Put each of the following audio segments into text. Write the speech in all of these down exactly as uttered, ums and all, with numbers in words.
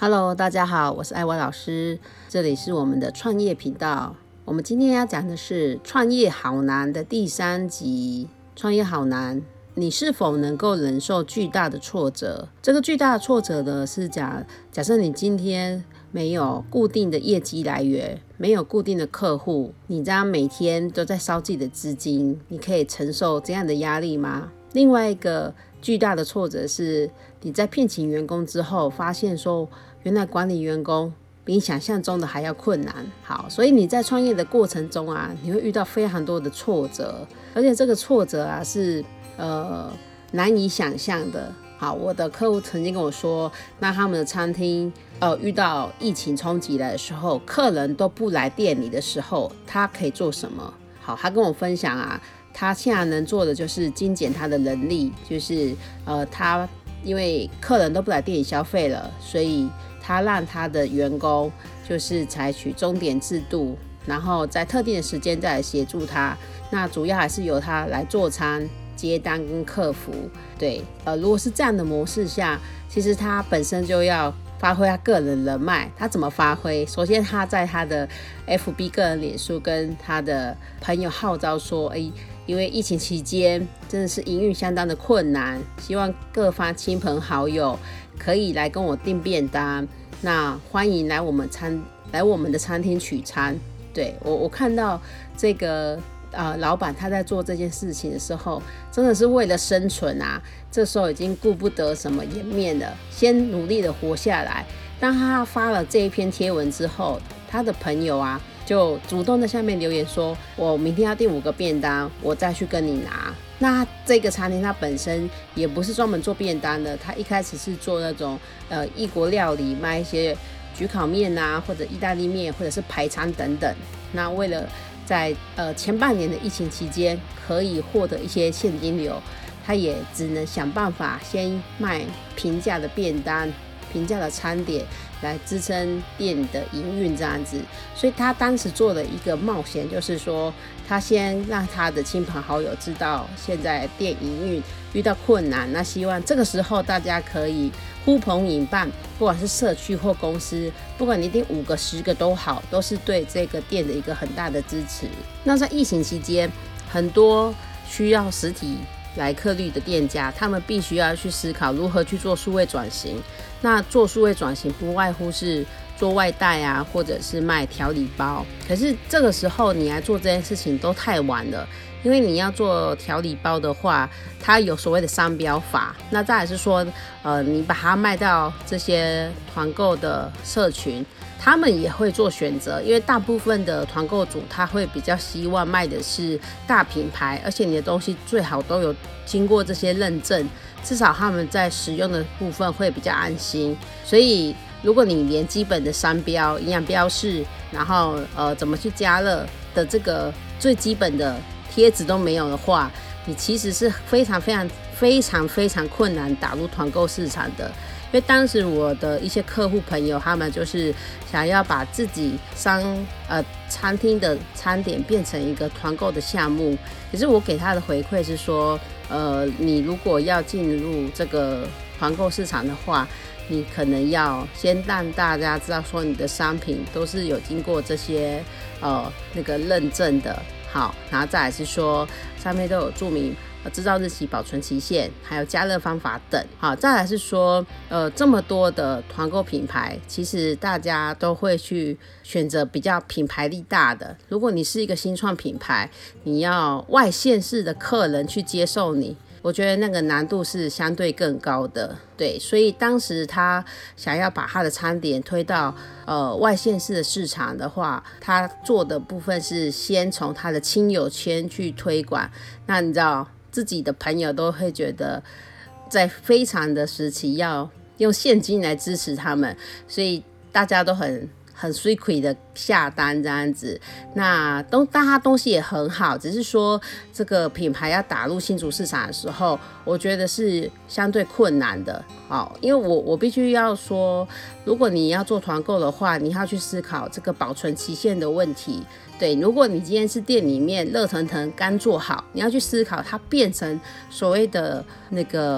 Hello， 大家好，我是艾薇老师，这里是我们的创业频道。我们今天要讲的是创业好难的第三集。创业好难，你是否能够忍受巨大的挫折？这个巨大的挫折呢，是假假设你今天没有固定的业绩来源，没有固定的客户，你这样每天都在烧自己的资金，你可以承受这样的压力吗？另外一个巨大的挫折是你在聘请员工之后，发现说原来管理员工比你想象中的还要困难。好，所以你在创业的过程中啊，你会遇到非常多的挫折，而且这个挫折啊是呃难以想象的。好，我的客户曾经跟我说，那他们的餐厅呃遇到疫情冲击来的时候，客人都不来店里的时候，他可以做什么？好，他跟我分享啊，他现在能做的就是精简他的人力，就是呃他因为客人都不来店里消费了，所以他让他的员工就是采取钟点制度，然后在特定的时间再来协助他。那主要还是由他来做餐、接单跟客服。对，呃，如果是这样的模式下，其实他本身就要发挥他个人人脉。他怎么发挥？首先，他在他的 F B 个人脸书跟他的朋友号召说，哎，因为疫情期间真的是营运相当的困难，希望各方亲朋好友可以来跟我订便当，那欢迎来我们餐来我们的餐厅取餐。对，我我看到这个呃老板他在做这件事情的时候，真的是为了生存啊，这时候已经顾不得什么颜面了，先努力的活下来。当他发了这一篇贴文之后，他的朋友啊就主动在下面留言说，我明天要订五个便当，我再去跟你拿。那这个餐厅它本身也不是专门做便当的，它一开始是做那种呃异国料理，卖一些焗烤面啊，或者意大利面，或者是排餐等等。那为了在呃前半年的疫情期间可以获得一些现金流，他也只能想办法先卖平价的便当、平价的餐点来支撑店的营运这样子。所以他当时做了一个冒险，就是说他先让他的亲朋好友知道现在店营运遇到困难，那希望这个时候大家可以呼朋引伴，不管是社区或公司，不管你订五个十个都好，都是对这个店的一个很大的支持。那在疫情期间，很多需要实体来客率的店家，他们必须要去思考如何去做数位转型。那做数位转型不外乎是做外带啊，或者是卖调理包。可是这个时候你来做这件事情都太晚了，因为你要做调理包的话，它有所谓的商标法。那再来是说，呃，你把它卖到这些团购的社群，他们也会做选择，因为大部分的团购主他会比较希望卖的是大品牌，而且你的东西最好都有经过这些认证，至少他们在使用的部分会比较安心。所以如果你连基本的商标、营养标示，然后呃怎么去加热的这个最基本的贴纸都没有的话，你其实是非常非常非常非常困难打入团购市场的。因为当时我的一些客户朋友，他们就是想要把自己商呃餐厅的餐点变成一个团购的项目，可是我给他的回馈是说，呃，你如果要进入这个团购市场的话，你可能要先让大家知道说你的商品都是有经过这些呃那个认证的。好，然后再来是说上面都有注明制造日期、保存期限，还有加热方法等。好，再来是说，呃，这么多的团购品牌，其实大家都会去选择比较品牌力大的。如果你是一个新创品牌，你要外县市的客人去接受你，我觉得那个难度是相对更高的。对，所以当时他想要把他的餐点推到呃外县市的市场的话，他做的部分是先从他的亲友圈去推广。那你知道自己的朋友都会觉得在非常的时期要用现金来支持他们，所以大家都很很水亏的下单这样子。那东但它东西也很好，只是说这个品牌要打入新竹市场的时候，我觉得是相对困难的。好，因为我我必须要说，如果你要做团购的话，你要去思考这个保存期限的问题。对，如果你今天是店里面热腾腾刚做好，你要去思考它变成所谓的那个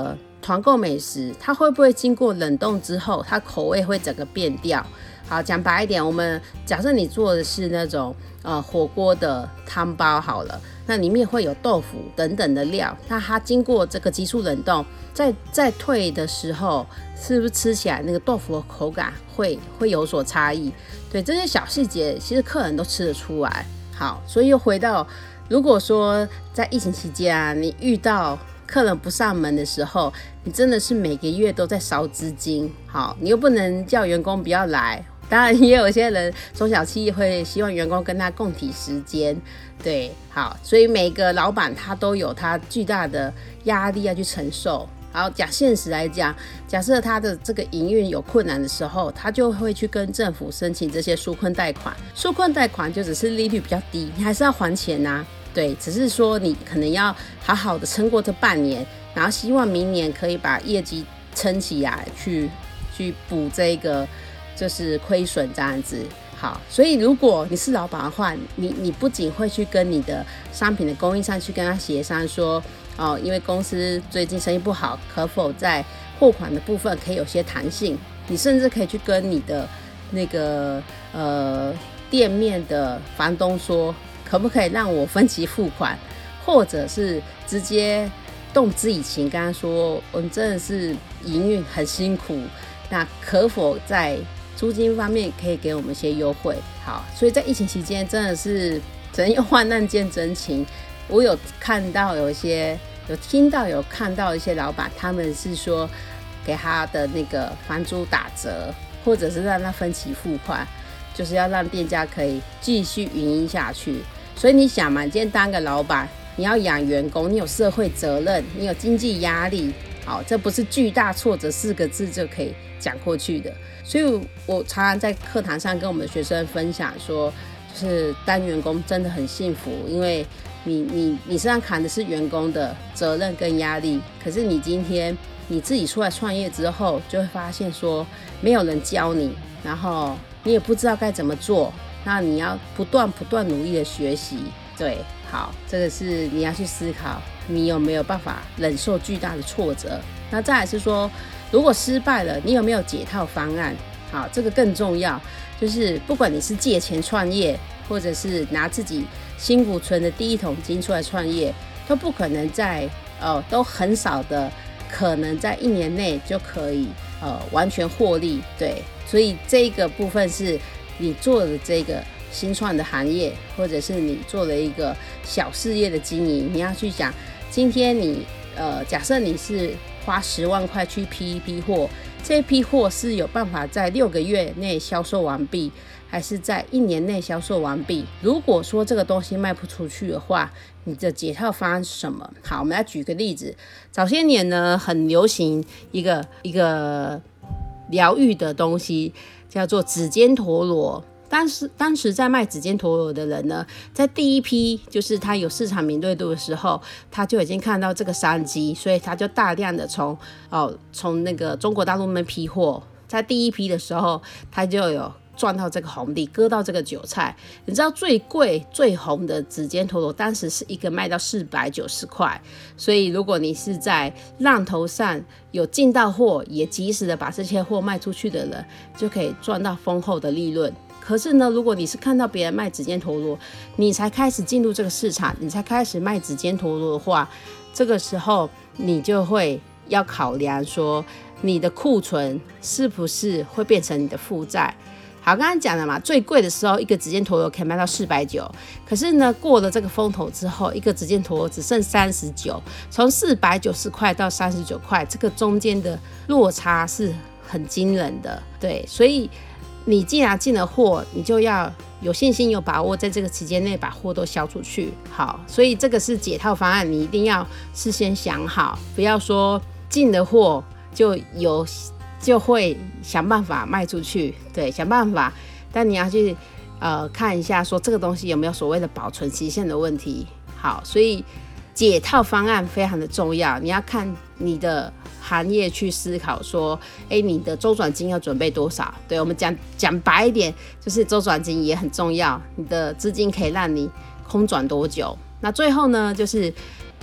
团购美食，它会不会经过冷冻之后，它口味会整个变掉？好，讲白一点，我们假设你做的是那种呃火锅的汤包好了，那里面会有豆腐等等的料，那它经过这个急速冷冻，在在退的时候，是不是吃起来那个豆腐的口感会会有所差异？对，这些小细节，其实客人都吃得出来。好，所以又回到，如果说在疫情期间啊，你遇到客人不上门的时候，你真的是每个月都在烧资金。好，你又不能叫员工不要来。当然也有一些人中小企业会希望员工跟他共体时间，对，好，所以每个老板他都有他巨大的压力要去承受。好，讲现实来讲，假设他的这个营运有困难的时候，他就会去跟政府申请这些纾困贷款。纾困贷款就只是利率比较低，你还是要还钱啊，对，只是说你可能要好好的撑过这半年，然后希望明年可以把业绩撑起来，去去补这个就是亏损这样子。好，所以如果你是老板的话，你你不仅会去跟你的商品的供应商去跟他协商说，哦，因为公司最近生意不好，可否在货款的部分可以有些弹性？你甚至可以去跟你的那个呃店面的房东说，可不可以让我分期付款，或者是直接动之以情跟他说，我们真的是营运很辛苦，那可否在租金方面可以给我们一些优惠？好，所以在疫情期间真的是只能用患难见真情。我有看到有一些有听到有看到一些老板，他们是说给他的那个房租打折，或者是让他分期付款，就是要让店家可以继续运营下去。所以你想嘛，你今天当个老板，你要养员工，你有社会责任，你有经济压力，好，这不是巨大挫折四个字就可以讲过去的。所以我常常在课堂上跟我们的学生分享说，就是当员工真的很幸福，因为你你你身上扛的是员工的责任跟压力，可是你今天你自己出来创业之后，就会发现说没有人教你，然后你也不知道该怎么做，那你要不断不断努力的学习。对，好，这个是你要去思考，你有没有办法忍受巨大的挫折。那再来是说，如果失败了，你有没有解套方案？好，这个更重要，就是不管你是借钱创业，或者是拿自己辛苦存的第一桶金出来创业，都不可能在呃，都很少的可能在一年内就可以呃完全获利。对，所以这个部分是你做的这个新创的行业，或者是你做了一个小事业的经营，你要去想，今天你呃，假设你是花十万块去批一批货，这批货是有办法在六个月内销售完毕，还是在一年内销售完毕？如果说这个东西卖不出去的话，你的解套方案是什么？好，我们来举个例子。早些年呢，很流行一个一个疗愈的东西，叫做指尖陀螺。当时当时在卖指尖陀螺的人呢，在第一批就是他有市场敏锐度的时候，他就已经看到这个商机，所以他就大量的从哦从那个中国大陆那边批货，在第一批的时候，他就有赚到这个红利，割到这个韭菜。你知道最贵最红的指尖陀螺，当时是一个卖到四百九十块，所以如果你是在浪头上有进到货，也及时的把这些货卖出去的人，就可以赚到丰厚的利润。可是呢，如果你是看到别人卖指尖陀螺，你才开始进入这个市场，你才开始卖指尖陀螺的话，这个时候你就会要考量说，你的库存是不是会变成你的负债。好，刚刚讲了嘛，最贵的时候一个指尖陀螺可以卖到四百九，可是呢，过了这个风头之后，一个指尖陀螺只剩三十九，从四百九十块到三十九块，这个中间的落差是很惊人的。对，所以你既然进了货，你就要有信心、有把握，在这个期间内把货都销出去。好，所以这个是解套方案，你一定要事先想好，不要说进了货就有就会想办法卖出去。对，想办法，但你要去呃看一下，说这个东西有没有所谓的保存期限的问题。好，所以解套方案非常的重要，你要看你的行业去思考说，哎，你的周转金要准备多少？对，我们讲讲白一点，就是周转金也很重要，你的资金可以让你空转多久？那最后呢，就是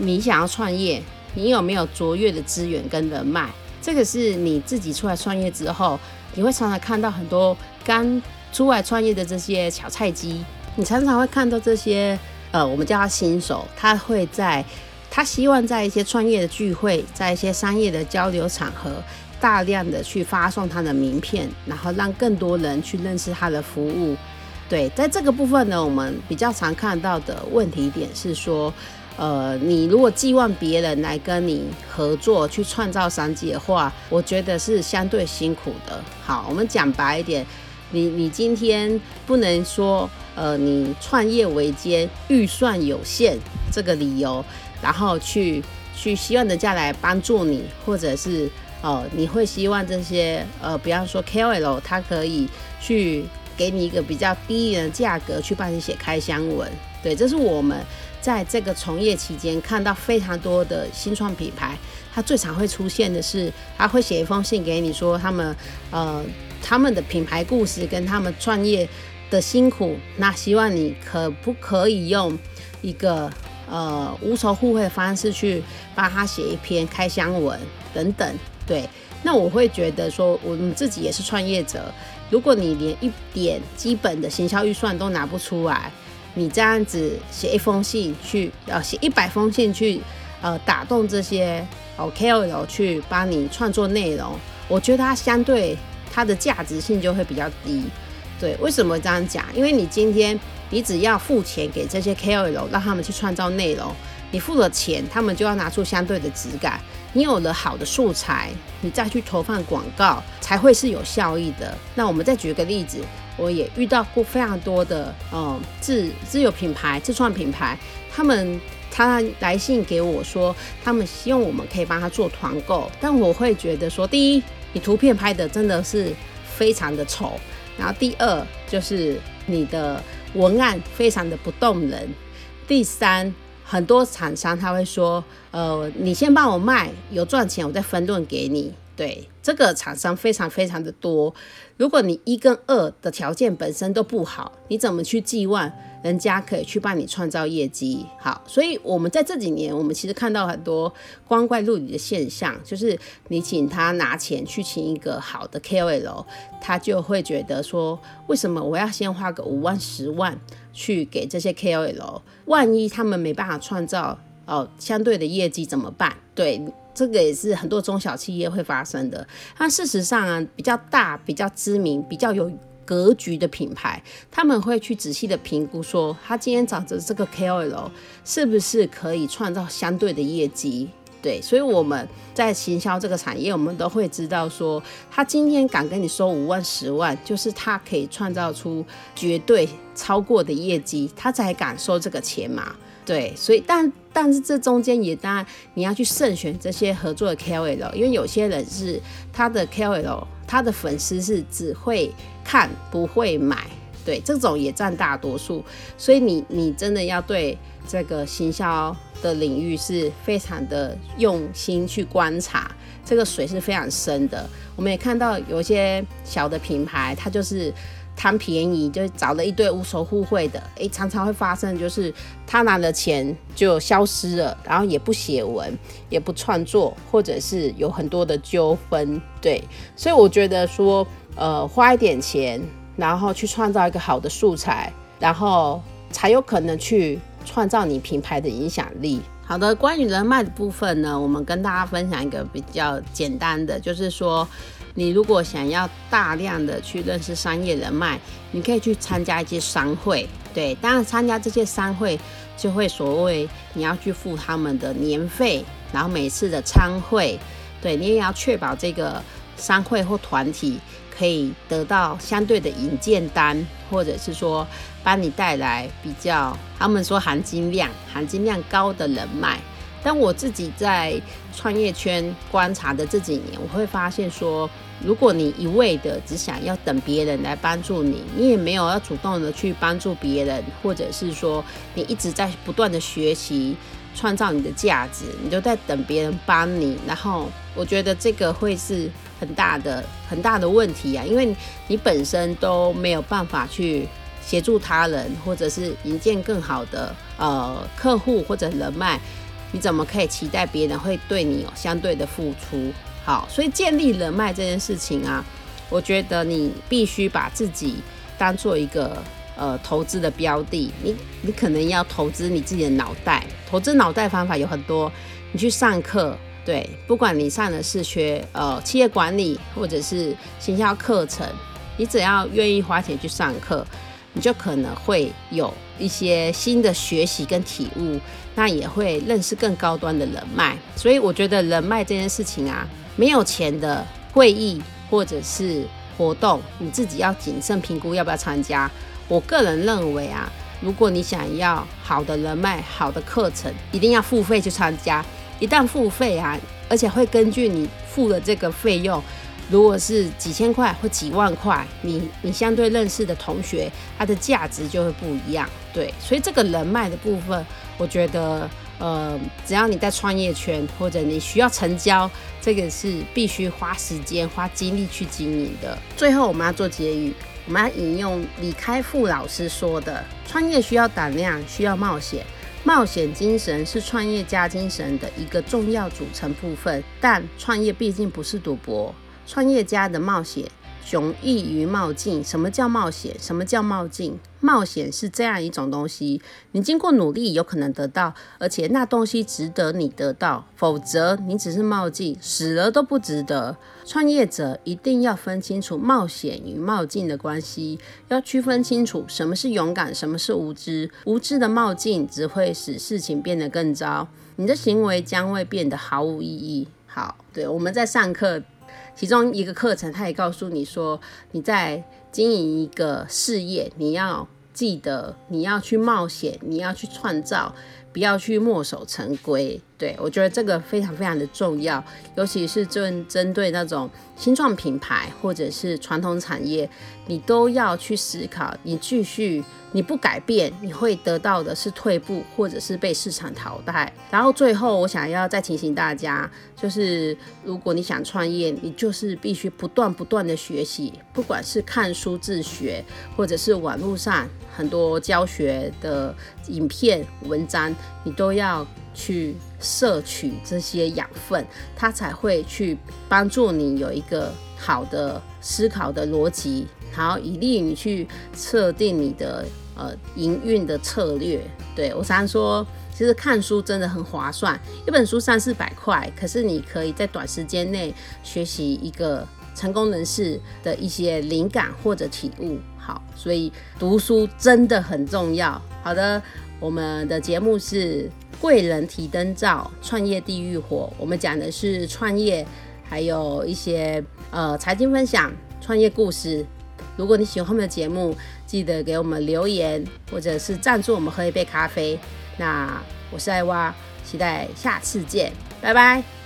你想要创业，你有没有卓越的资源跟人脉？这个是你自己出来创业之后，你会常常看到很多刚出来创业的这些小菜鸡，你常常会看到这些呃，我们叫他新手，他会在他希望在一些创业的聚会，在一些商业的交流场合，大量的去发送他的名片，然后让更多人去认识他的服务。对，在这个部分呢，我们比较常看到的问题点是说，呃，你如果寄望别人来跟你合作去创造商机的话，我觉得是相对辛苦的。好，我们讲白一点，你你今天不能说，呃，你创业维艰，预算有限这个理由，然后去去希望人家来帮助你，或者是呃，你会希望这些呃，比方说 K O L 他可以去给你一个比较低廉的价格去帮你写开箱文。对，这是我们在这个从业期间看到非常多的新创品牌，它最常会出现的是，他会写一封信给你说他们呃他们的品牌故事跟他们创业的辛苦，那希望你可不可以用一个呃无仇互惠的方式去帮他写一篇开箱文等等。对，那我会觉得说，我们自己也是创业者，如果你连一点基本的行销预算都拿不出来，你这样子写一封信去，呃，写一百封信去，呃，打动这些哦 K O L 去帮你创作内容，我觉得它相对它的价值性就会比较低。对，为什么这样讲？因为你今天你只要付钱给这些 K O L， 让他们去创造内容，你付了钱，他们就要拿出相对的质感。你有了好的素材，你再去投放广告，才会是有效益的。那我们再举个例子，我也遇到过非常多的呃自自有品牌、自创品牌，他们他来信给我说，他们希望我们可以帮他做团购，但我会觉得说，第一，你图片拍的真的是非常的丑，然后第二就是你的文案非常的不动人，第三，很多厂商他会说，呃，你先帮我卖，有赚钱我再分润给你。对，这个厂商非常非常的多。如果你一跟二的条件本身都不好，你怎么去寄望人家可以去帮你创造业绩？好，所以我们在这几年，我们其实看到很多光怪陆离的现象，就是你请他拿钱去请一个好的 K O L， 他就会觉得说，为什么我要先花个五万、十万去给这些 K O L， 万一他们没办法创造呃相对的业绩怎么办？对。这个也是很多中小企业会发生的。但事实上啊，比较大、比较知名、比较有格局的品牌，他们会去仔细的评估说，他今天找的这个 K O L 是不是可以创造相对的业绩。对，所以我们在行销这个产业，我们都会知道说，他今天敢跟你收五万、十万，就是他可以创造出绝对超过的业绩，他才敢收这个钱嘛。对，所以但但是这中间也当然你要去慎选这些合作的 K O L， 因为有些人是他的 K O L， 他的粉丝是只会看不会买，对，这种也占大多数，所以你你真的要对这个行销的领域是非常的用心去观察，这个水是非常深的。我们也看到有一些小的品牌，它就是贪便宜，就找了一堆无仇互惠的，诶，常常会发生就是他拿了钱就消失了，然后也不写文，也不创作，或者是有很多的纠纷。对，所以我觉得说，呃，花一点钱，然后去创造一个好的素材，然后才有可能去创造你品牌的影响力。好的，关于人脉的部分呢，我们跟大家分享一个比较简单的，就是说你如果想要大量的去认识商业人脉，你可以去参加一些商会。对，当然参加这些商会就会所谓你要去付他们的年费，然后每次的参会，对，你也要确保这个商会或团体可以得到相对的引荐单，或者是说帮你带来比较他们说含金量含金量高的人脉。但我自己在创业圈观察的这几年，我会发现说，如果你一味的只想要等别人来帮助你，你也没有要主动的去帮助别人，或者是说你一直在不断的学习创造你的价值，你就在等别人帮你，然后我觉得这个会是很大的很大的问题啊，因为你本身都没有办法去协助他人，或者是引荐更好的呃客户或者人脉， 你怎么可以期待别人会对你有相对的付出？好，所以建立人脉这件事情啊，我觉得你必须把自己当做一个呃投资的标的，你你可能要投资你自己的脑袋。投资脑袋方法有很多，你去上课，对，不管你上的是学呃企业管理或者是行销课程，你只要愿意花钱去上课，你就可能会有一些新的学习跟体悟，那也会认识更高端的人脉。所以我觉得人脉这件事情啊，没有钱的会议或者是活动，你自己要谨慎评估要不要参加。我个人认为啊，如果你想要好的人脉、好的课程，一定要付费去参加。一旦付费啊，而且会根据你付的这个费用，如果是几千块或几万块，你你相对认识的同学，它的价值就会不一样。对，所以这个人脉的部分，我觉得呃，只要你在创业圈或者你需要成交，这个是必须花时间、花精力去经营的。最后我们要做结语，我们要引用李开复老师说的：创业需要胆量，需要冒险。冒险精神是创业家精神的一个重要组成部分，但创业毕竟不是赌博。创业家的冒险雄异于冒进。什么叫冒险？什么叫冒进？冒险是这样一种东西，你经过努力有可能得到，而且那东西值得你得到，否则你只是冒进，死了都不值得。创业者一定要分清楚冒险与冒进的关系，要区分清楚什么是勇敢，什么是无知。无知的冒进只会使事情变得更糟，你的行为将会变得毫无意义。好，对，我们在上课其中一个课程，他也告诉你说，你在经营一个事业，你要记得你要去冒险，你要去创造，不要去墨守成规。对，我觉得这个非常非常的重要，尤其是针针对那种新创品牌或者是传统产业，你都要去思考，你继续你不改变，你会得到的是退步或者是被市场淘汰。然后最后我想要再提醒大家，就是如果你想创业，你就是必须不断不断的学习，不管是看书自学，或者是网络上很多教学的影片文章，你都要去摄取这些养分，它才会去帮助你有一个好的思考的逻辑，然后以利于你去设定你的呃营运的策略。对，我常说，其实看书真的很划算，一本书三四百块，可是你可以在短时间内学习一个成功人士的一些灵感或者体悟。好，所以读书真的很重要。好的，我们的节目是贵人提灯照，创业地狱火。我们讲的是创业，还有一些呃财经分享、创业故事。如果你喜欢我们的节目，记得给我们留言，或者是赞助我们喝一杯咖啡。那我是艾娃，期待下次见，拜拜。